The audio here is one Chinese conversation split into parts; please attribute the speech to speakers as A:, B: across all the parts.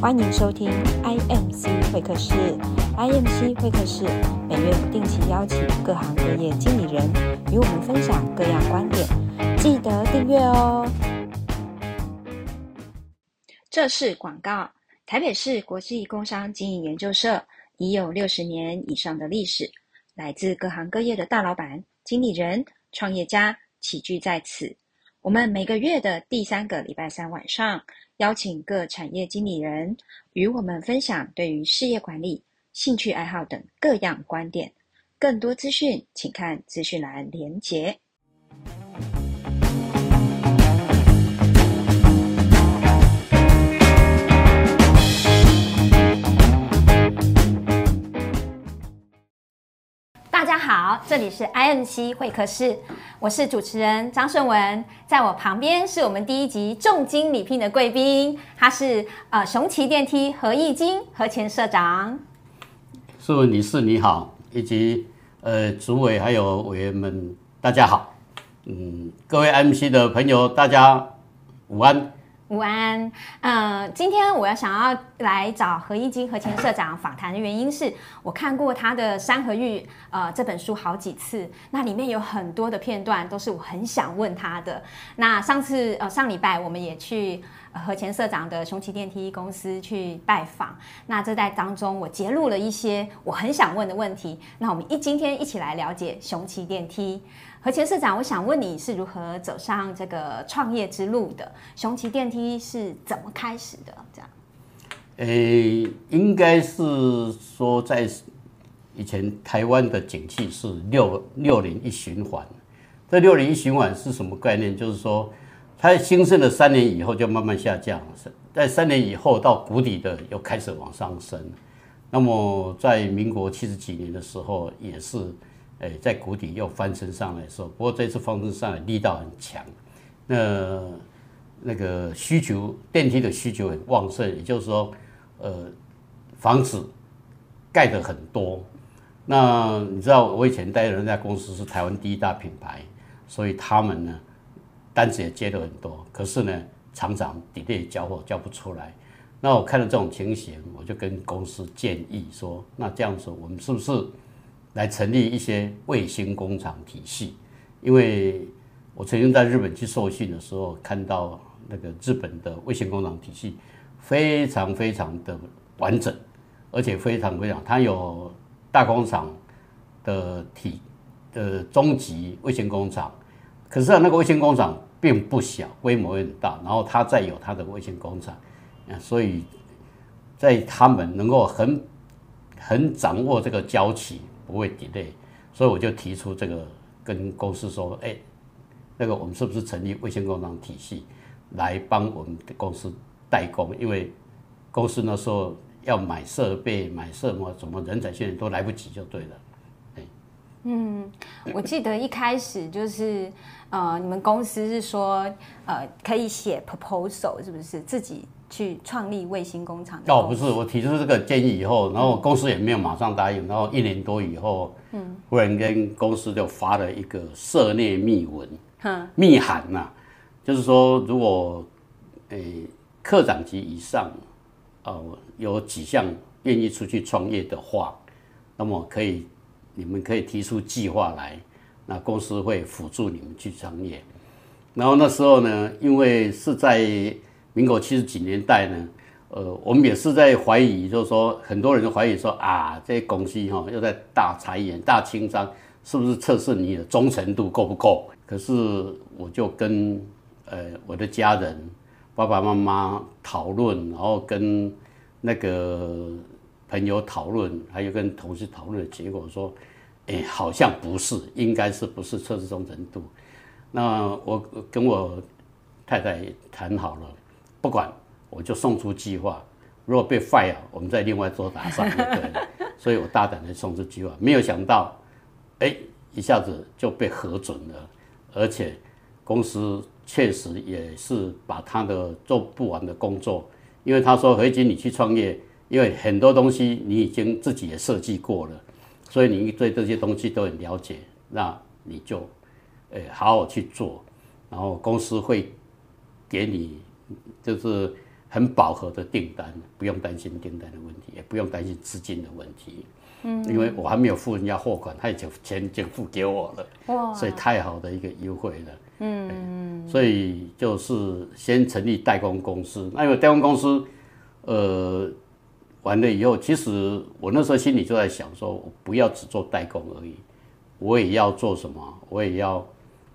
A: 欢迎收听 IMC 会客室。IMC 会客室每月不定期邀请各行各业经理人与我们分享各样观点，记得订阅哦。这是广告。台北市国际工商经营研究社已有60年以上的历史，来自各行各业的大老板、经理人、创业家齐聚在此。我们每个月的第3个礼拜三晚上，邀请各产业经理人与我们分享对于事业管理、兴趣爱好等各样观点。更多资讯，请看资讯栏连结。
B: 大家好，这里是 IMC 会客室，我是主持人张顺文，在我旁边是我们第1集重金礼聘的贵宾，他是雄奇电梯何义金何前社长。
C: 顺文女士你好，以及主委还有委员们大家好。各位 IMC 的朋友大家午安。
B: 午安，今天我想要来找何义金何前社长访谈的原因是，我看过他的《山河玉》这本书好几次，那里面有很多的片段都是我很想问他的。那上礼拜我们也去何前社长的雄奇电梯公司去拜访，那这在当中我揭露了一些我很想问的问题。那我们今天一起来了解雄奇电梯。何前社长，我想问你是如何走上这个创业之路的？雄奇电梯是怎么开始的？这样？
C: 应该是说在以前台湾的景气是6年一循环。这6年一循环是什么概念？就是说，它兴盛了3年以后就慢慢下降，在3年以后到谷底的又开始往上升。那么在民国70几年的时候也是。在谷底又翻身上来的时候，不过这次翻身上来力道很强，那个需求电梯的需求很旺盛，也就是说，房子盖得很多。那你知道我以前待的那家公司是台湾第1大品牌，所以他们呢单子也接了很多，可是呢常常 delay 交货交不出来。那我看到这种情形，我就跟公司建议说，那这样子我们是不是来成立一些卫星工厂体系？因为我曾经在日本去受训的时候，看到那个日本的卫星工厂体系非常非常的完整，而且非常非常，它有大工厂的中级卫星工厂，可是那个卫星工厂并不小，规模也很大，然后它再有它的卫星工厂，所以在他们能够很掌握这个交期，不会 delay， 所以我就提出这个，跟公司说，那个我们是不是成立卫星工厂体系，来帮我们的公司代工？因为公司那时候要买设备、买什么人才训练都来不及，就对了。
B: 我记得一开始就是你们公司是说可以写 proposal， 是不是自己去创立卫星工厂的？
C: 不是，我提出这个建议以后，然后公司也没有马上答应，然后1年多以后，忽然间公司就发了一个社内密文、密函呐，就是说如果科长级以上有几项愿意出去创业的话，那么你们可以提出计划来，那公司会辅助你们去创业。然后那时候呢，因为是在民国70几年代呢，我们也是在怀疑，就是说很多人都怀疑说这些公司又在大裁员、大清仓，是不是测试你的忠诚度够不够？可是我就跟我的家人、爸爸妈妈讨论，然后跟那个朋友讨论，还有跟同事讨论的结果说，好像不是，应该是不是测试忠诚度？那我跟我太太谈好了，不管，我就送出计划。如果被 fire， 我们再另外做打算就对了。所以我大胆的送出计划，没有想到，一下子就被核准了，而且公司确实也是把他的做不完的工作，因为他说何义金你去创业。因为很多东西你已经自己也设计过了，所以你对这些东西都很了解，那你就好好去做，然后公司会给你就是很饱和的订单，不用担心订单的问题，也不用担心资金的问题。因为我还没有付人家货款，他已经钱已经付给我了，所以太好的一个优惠了。所以就是先成立代工公司。那因为代工公司，完了以后，其实我那时候心里就在想说，我不要只做代工而已，我也要做什么？我也要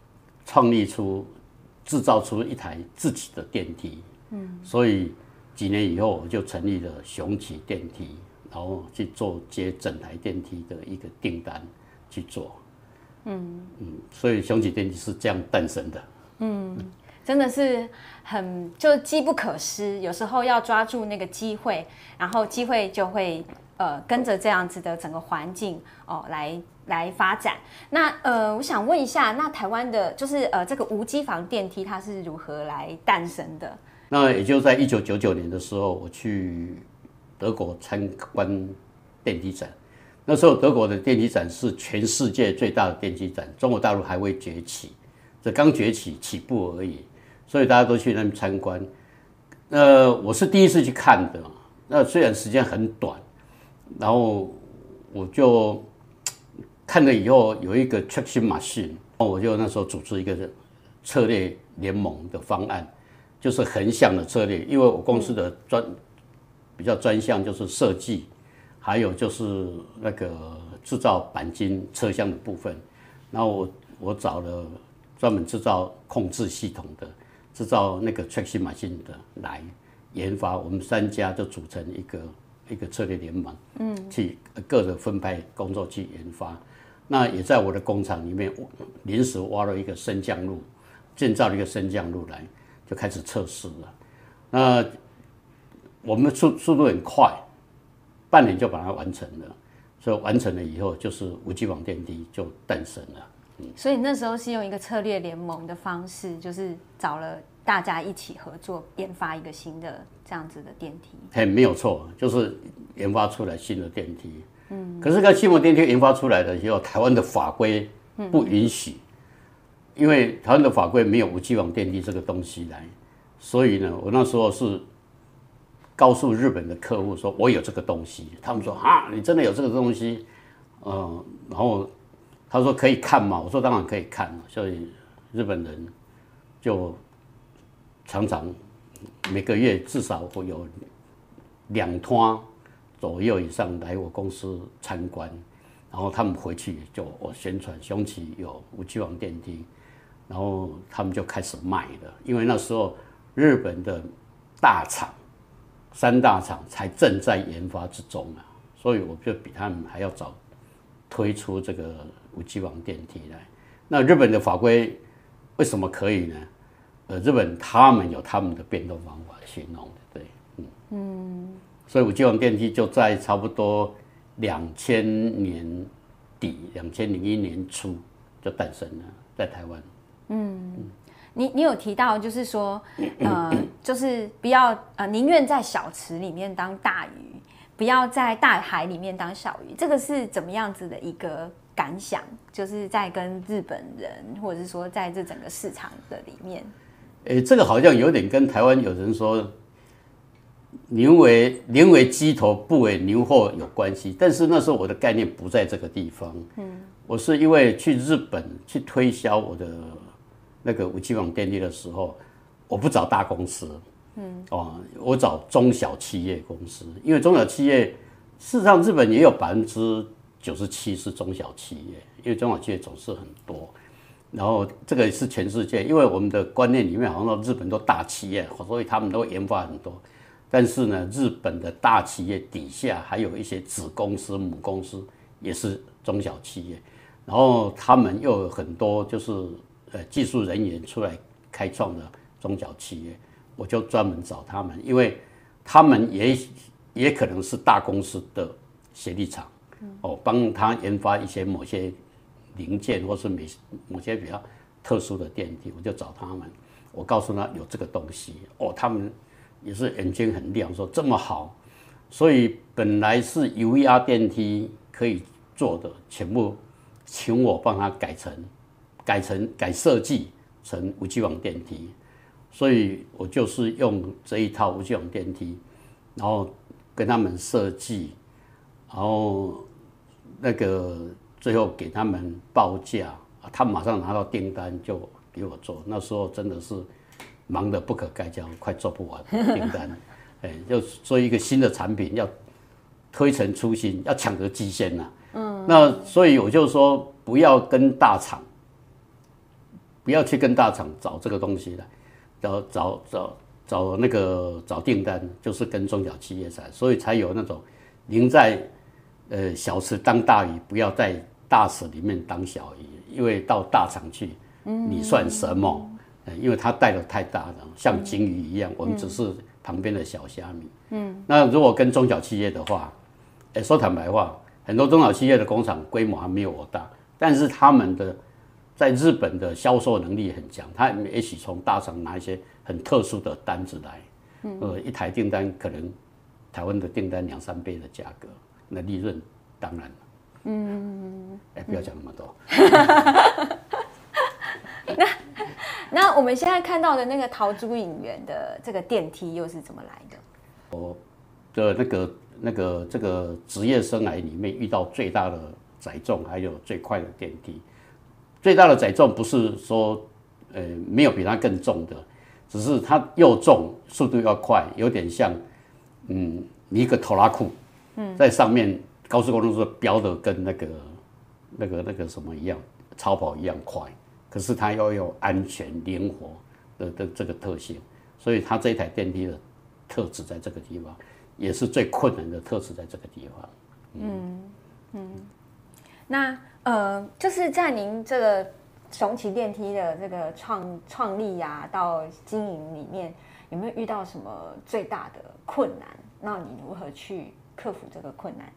C: 制造出一台自己的电梯。所以几年以后，我就成立了雄起电梯。然后去接整台电梯的一个订单去做，所以雄起电梯是这样诞生的。
B: 真的是就机不可失，有时候要抓住那个机会，然后机会就会跟着这样子的整个环境来发展。那我想问一下，那台湾的就是这个无机房电梯它是如何来诞生的？
C: 那也就在1999年的时候，我去德国参观电梯展，那时候德国的电梯展是全世界最大的电梯展，中国大陆还未崛起，这刚崛起起步而已，所以大家都去那边参观。我是第一次去看的，那虽然时间很短，然后我就看了以后有一个 traction machine， 我就那时候组织一个策略联盟的方案，就是横向的策略，因为我公司的比较专项就是设计，还有就是那个制造钣金车厢的部分。然后我找了专门制造控制系统的，制造那个 traction machine 的来研发。我们3家就组成一个策略联盟，去各个分派工作去研发。那也在我的工厂里面临时挖了一个升降路，建造了一个升降路来，就开始测试了。那我们速度很快，半年就把它完成了。所以完成了以后，就是无机网电梯就诞生了。
B: 所以那时候是用一个策略联盟的方式，就是找了大家一起合作研发一个新的这样子的电梯。
C: 没有错，就是研发出来新的电梯。可是，新的电梯研发出来了以后，台湾的法规不允许，因为台湾的法规没有无机网电梯这个东西来，所以呢，我那时候是告诉日本的客户说，我有这个东西。他们说啊，你真的有这个东西？然后他说可以看吗？我说当然可以看。所以日本人就常常每个月至少会有2趟左右以上来我公司参观，然后他们回去就我宣传雄起有无机网电梯，然后他们就开始卖了。因为那时候日本的大厂3大厂才正在研发之中啊，所以我就比他们还要早推出这个无机网电梯来。那日本的法规为什么可以呢？日本他们有他们的变动方法去弄的，对，所以无机网电梯就在差不多2000年底、2001年初就诞生了，在台湾。
B: 你有提到就是说，就是不要宁愿在小池里面当大鱼，不要在大海里面当小鱼，这个是怎么样子的一个感想？就是在跟日本人，或者是说在这整个市场的里面。
C: 这个好像有点跟台湾有人说宁为鸡头不为牛后有关系，但是那时候我的概念不在这个地方。我是因为去日本去推销我的那个无机网电梯的时候，我不找大公司，我找中小企业公司，因为中小企业事实上日本也有97%是中小企业，因为中小企业总是很多。然后这个是全世界，因为我们的观念里面好像日本都大企业，所以他们都研发很多。但是呢，日本的大企业底下还有一些子公司、母公司，也是中小企业。然后他们又有很多就是技术人员出来开创的中小企业，我就专门找他们，因为他们也可能是大公司的协力厂，帮他研发一些某些零件或是某些比较特殊的电梯，我就找他们，我告诉他有这个东西，他们也是眼睛很亮，说这么好，所以本来是油压电梯可以做的，全部请我帮他改设计成无机网电梯， 所以我就是用这一套无系统电梯，然后跟他们设计，然后那个最后给他们报价，他马上拿到订单就给我做。那时候真的是忙得不可开交，快做不完订单。就做一个新的产品，要推陈出新，要抢得机先呐。那所以我就说，不要跟大厂，不要去跟大厂找这个东西来。找订单，就是跟中小企业才，所以才有那种宁在小池当大鱼，不要在大池里面当小鱼，因为到大厂去，你算什么？因为它带的太大了，像鲸鱼一样，我们只是旁边的小虾米。那如果跟中小企业的话，说坦白话，很多中小企业的工厂规模还没有我大，但是他们的在日本的销售能力很强，他也许从大厂拿一些很特殊的单子来，一台订单可能台湾的订单2-3倍的价格，那利润当然了。不要讲那么多。
B: 那我们现在看到的那个陶朱影园的这个电梯又是怎么来的？
C: 我的这个职业生涯里面遇到最大的载重，还有最快的电梯。最大的载重不是说，没有比它更重的，只是它又重，速度又快，有点像，你一个拖拉库，在上面高速公路上飙的跟那个什么一样，超跑一样快，可是它要有安全、灵活的这个特性，所以它这一台电梯的特质在这个地方，也是最困难的特质在这个地方。
B: 那就是在您这个雄奇电梯的这个创立啊，到经营里面，有没有遇到什么最大的困难？那你如何去克服这个困难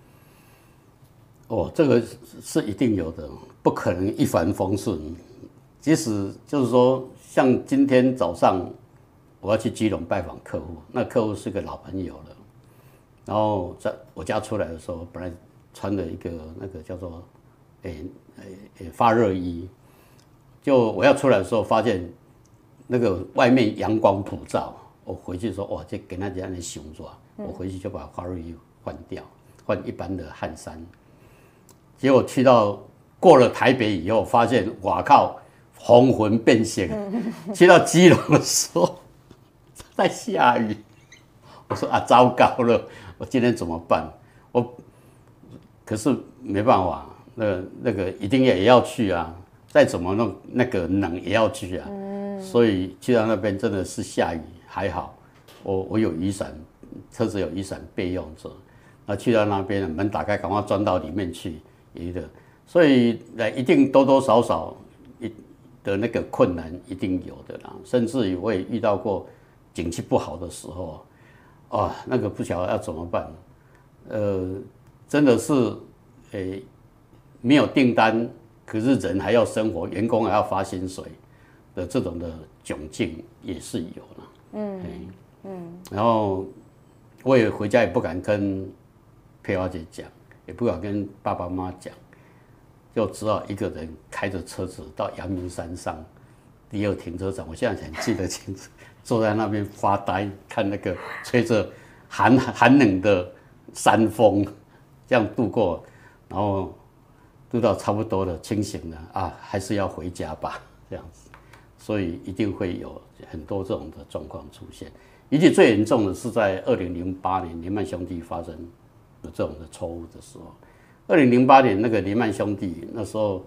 B: 的？
C: 这个是一定有的，不可能一帆风顺。即使就是说，像今天早上我要去基隆拜访客户，那客户是个老朋友了，然后在我家出来的时候，本来穿了一个那个叫做发热衣，就我要出来的时候，发现那个外面阳光普照，我回去说哇，这跟他这样的熊抓，我回去就把发热衣换掉，换一般的汗衫。结果过了台北以后，发现哇靠，红魂变现。去到基隆的时候，在下雨，我说啊，糟糕了，我今天怎么办？可是没办法，那个一定也要去啊，再怎么弄那个冷也要去啊。所以去到那边真的是下雨，还好我有雨伞，车子有雨伞备用着。那去到那边门打开，赶快钻到里面去，所以一定多多少少的那个困难一定有的啦。甚至于我也遇到过景气不好的时候，那个不晓得要怎么办。真的是，没有订单，可是人还要生活，员工还要发薪水的这种的窘境也是有了。然后我也回家也不敢跟佩华姐讲，也不敢跟爸爸妈妈讲，就只好一个人开着车子到阳明山上第二停车场，我现在很记得清楚，坐在那边发呆，看那个吹着寒冷的山风。这样度过，然后度到差不多了，清醒了啊，还是要回家吧，这样子，所以一定会有很多这种的状况出现。而且最严重的是在2008年雷曼兄弟发生有这种的错误的时候。2008年那个雷曼兄弟那时候，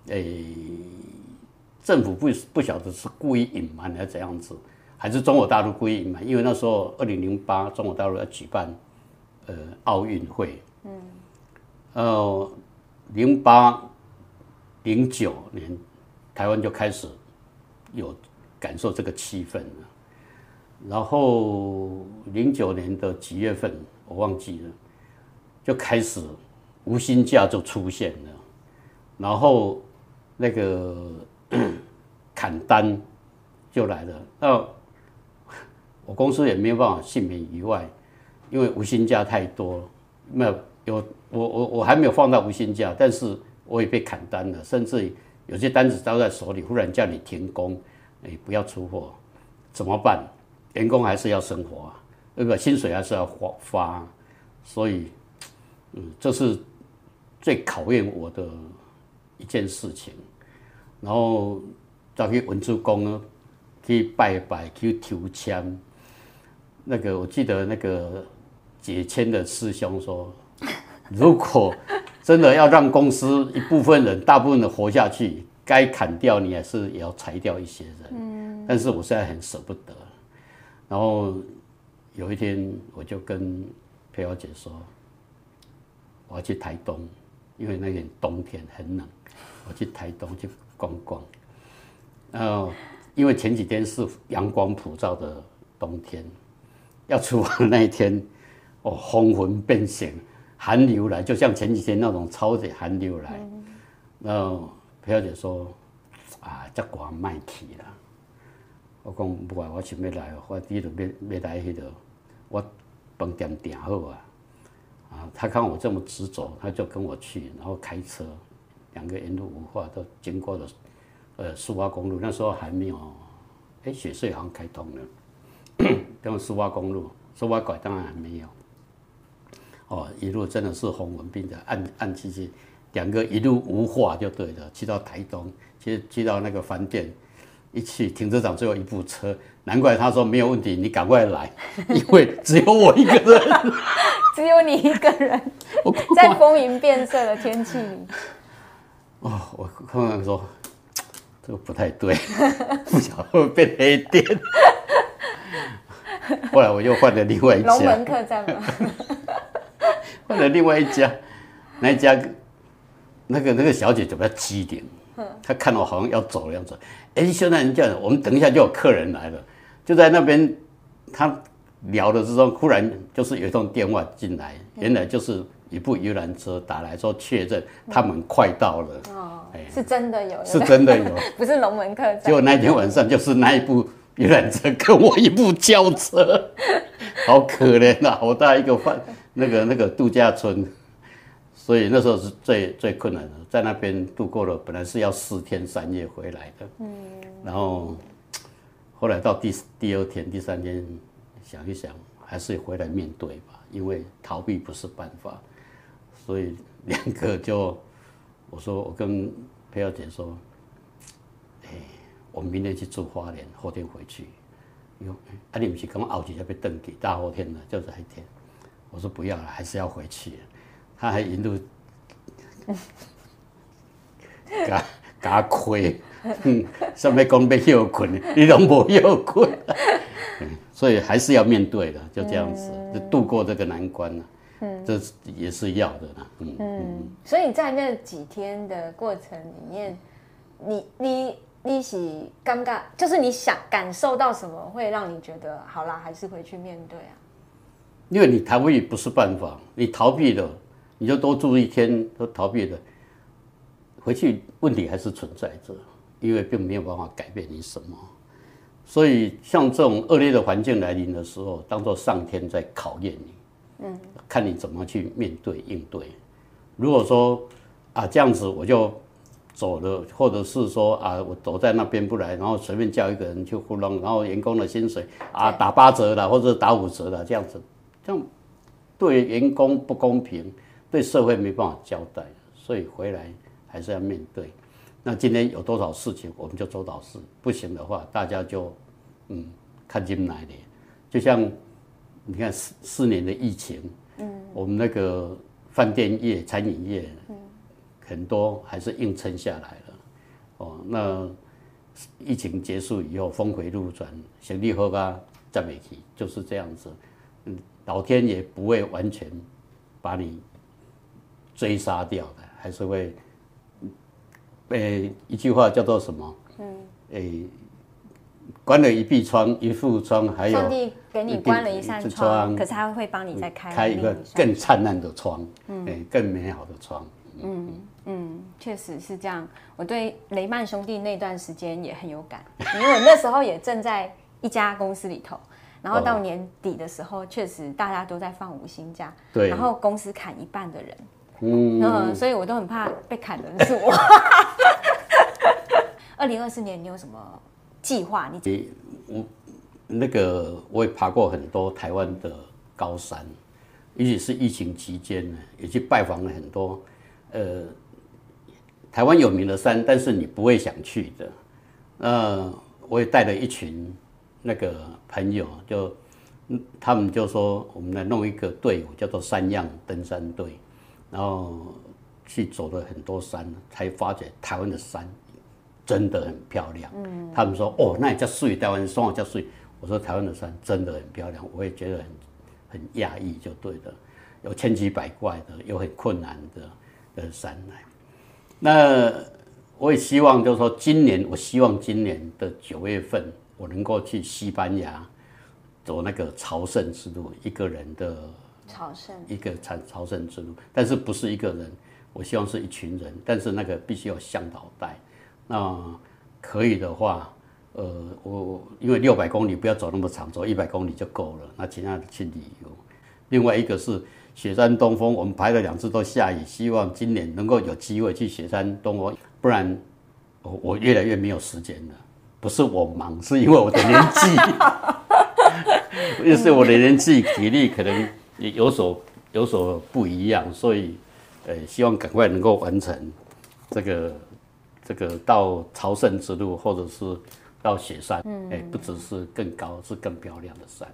C: 政府不晓得是故意隐瞒还是怎样子，还是中国大陆故意隐瞒，因为那时候2008中国大陆要举办奥运会。08、09年，台湾就开始有感受这个气氛了。然后09年的几月份我忘记了，就开始无薪假就出现了，然后那个砍单就来了。那我公司也没有办法幸免于外，因为无薪假太多，我还没有放到无薪假，但是我也被砍单了，甚至有些单子交在手里，忽然叫你停工，不要出货， 怎么办？员工还是要生活啊，那个薪水还是要发，所以，这是最考验我的一件事情。然后再去文殊宫呢，去拜拜，去求签。那个我记得那个解签的师兄说，如果真的要让公司一部分人、大部分人活下去，该砍掉你还是也要裁掉一些人。但是我现在很舍不得。然后有一天，我就跟佩瑶姐说，我要去台东，因为那年冬天很冷，我去台东去逛逛。因为前几天是阳光普照的冬天，要出发的那一天，风云变形，寒流来，就像前几天那种超级寒流来。然后佩瑶姐说：“啊，这寒卖去啦。”我讲不管，我想要来，我第一就要来迄个，我饭店订好啊。他看我这么执着，他就跟我去，然后开车，2个沿路无话，都经过了苏花公路。那时候还没有，雪隧好像开通了，跟苏花公路，苏花拐当然还没有。一路真的是风云变的，暗漆漆，2个一路无话就对了。去到台东，去到那个饭店。一去停车场最后一部车，难怪他说没有问题，你赶快来，因为只有我一个人，
B: 只有你一个人，在风云变色的天气里。
C: 我看看说这个不太对，不晓得会变黑店。后来我又换了另外一家
B: 龙门客栈吗？
C: 换了另外一家，那一家那个小姐就比较机灵。他看我好像要走的样子，现在人家我们等一下就有客人来了，就在那边他聊的之中，忽然就是有一通电话进来，原来就是一部游览车打来说确认他们快到了。
B: 是真的有，
C: 是真的有，
B: 不是龙门客栈。
C: 结果那天晚上就是那一部游览车跟我一部轿车，好可怜啊，好大一个那个度假村。所以那时候是最困难的，在那边度过了，本来是要4天3夜回来的，然后后来到第2天、第3天，想一想，还是回来面对吧，因为逃避不是办法，所以2个就，我跟佩瑶姐说，我们明天去住花莲，后天回去，你不是跟我后天要被登记，大后天了，就这一天，我说不要了，还是要回去。他还一路给他亏，上面讲要休困，你都没休困，所以还是要面对的，就这样子，就度过这个难关了。这也是要的啦。
B: 所以在那几天的过程里面，你是尴尬，就是你想感受到什么会让你觉得好啦，还是回去面对啊？
C: 因为你逃避不是办法，你逃避了。你就多住1天，都逃避了，回去问题还是存在着，因为并没有办法改变你什么。所以像这种恶劣的环境来临的时候，当作上天在考验你，看你怎么去面对应对。如果说这样子我就走了，或者是说我躲在那边不来，然后随便叫一个人去糊弄，然后员工的薪水打8折啦，或者打5折啦，这样对员工不公平。对社会没办法交代，所以回来还是要面对。那今天有多少事情，我们就做到事；不行的话，大家就看进来的。就像你看4年的疫情，我们那个饭店业、餐饮业，很多还是硬撑下来了。那疫情结束以后，峰回路转，生意好啊，再没去，就是这样子。老天也不会完全把你追杀掉的，还是会，一句话叫做什么？关了一闭窗，一副窗，还有
B: 上帝给你关了一扇窗，可是他会帮你再开
C: 一个更灿烂的窗，更美好的窗。
B: 确实是这样。我对雷曼兄弟那段时间也很有感，因为我那时候也正在一家公司里头。然后到年底的时候，确实大家都在放5星假，
C: 对，
B: 然后公司砍1半的人，所以我都很怕被砍的是我。2024年你有什么计划？
C: 那个我也爬过很多台湾的高山，尤其是疫情期间呢，也去拜访了很多台湾有名的山，但是你不会想去的。我也带了一群那个朋友，他们就说我们来弄一个队伍，叫做三样登山队，然后去走了很多山，才发觉台湾的山真的很漂亮。他们说哦，那也叫水，台湾山叫水。我说台湾的山真的很漂亮，我也觉得很讶异，就对了。有千奇百怪的，有很困难的山来。那我也希望就是说，我希望今年的9月份，我能够去西班牙走那个朝圣之路，一个人的朝圣之路，但是不是一个人，我希望是一群人，但是那个必须有向导带。那可以的话，我因为600公里不要走那么长，走100公里就够了。那其他的去旅游。另外一个是雪山东峰，我们排了2次都下雨，希望今年能够有机会去雪山东峰，不然我越来越没有时间了。不是我忙，是因为我的年纪，就是我的年纪，体力可能也有所不一样，所以希望赶快能够完成这个到朝圣之路，或者是到雪山，不只是更高，是更漂亮的山，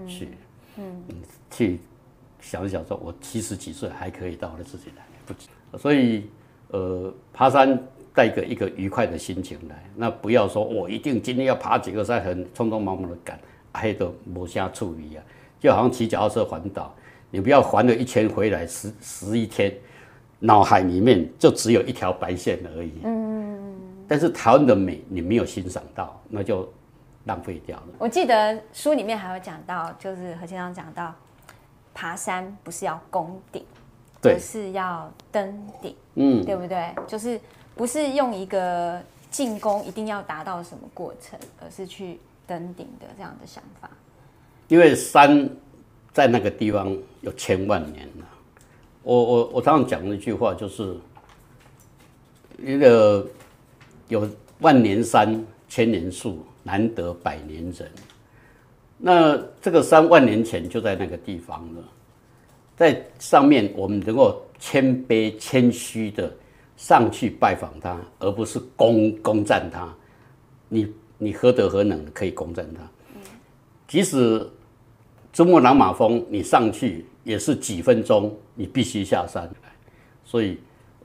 C: 去想一想说，我70几岁还可以到了，自己来不及，所以爬山带一个愉快的心情来，那不要说我一定今天要爬几个山，很匆匆忙忙的赶，还都没啥处理啊，就好像骑脚踏车环岛，你不要环了1圈回来11天，脑海里面就只有一条白线而已。但是台湾的美你没有欣赏到，那就浪费掉了。
B: 我记得书里面还有讲到，就是何先生讲到，爬山不是要攻顶，而是要登顶，对不对？就是不是用一个进攻一定要达到什么过程，而是去登顶的这样的想法。
C: 因为山在那个地方有千万年了。我常常讲的一句话就是，那个有万年山，千年树，难得百年人。那这个山万年前就在那个地方了，在上面我们能够谦卑谦虚的上去拜访他，而不是攻占他。你何德何能可以攻占他？即使珠穆朗玛峰你上去也是几分钟，你必须下山来。所以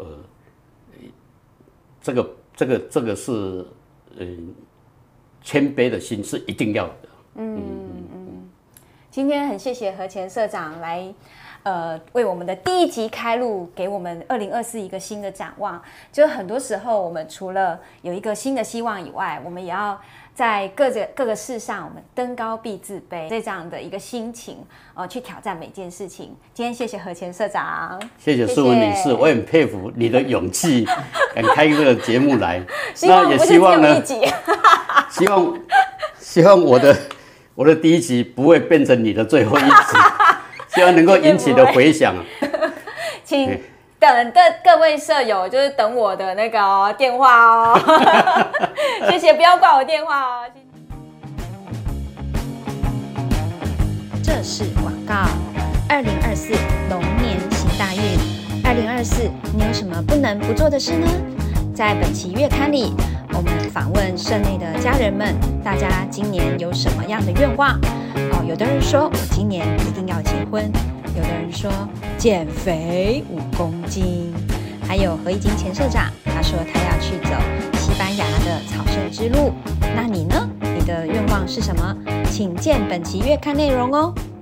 C: 这个是谦卑的心是一定要的。
B: 今天很谢谢何前社长来为我们的第1集开路，给我们2024一个新的展望。就是很多时候我们除了有一个新的希望以外，我们也要在各个事上，我们登高必自卑，这样的一个心情去挑战每件事情。今天谢谢何前社长，
C: 谢谢素文女士，我很佩服你的勇气，敢开这个节目来。
B: 那也希望呢，
C: 希望我的第1集不会变成你的最后1集，希望能够引起的回响。
B: 请等各位舍友，就是等我的那个电话哦。谢谢，不要挂我电话哦。
A: 这是广告。2024龙年行大运。2024你有什么不能不做的事呢？在本期月刊里，我们访问社内的家人们，大家今年有什么样的愿望？有的人说我今年一定要结婚，有的人说减肥5公斤，还有何一金前社长，他说他要去走西班牙的朝圣之路。那你呢？你的愿望是什么？请见本期月刊内容哦。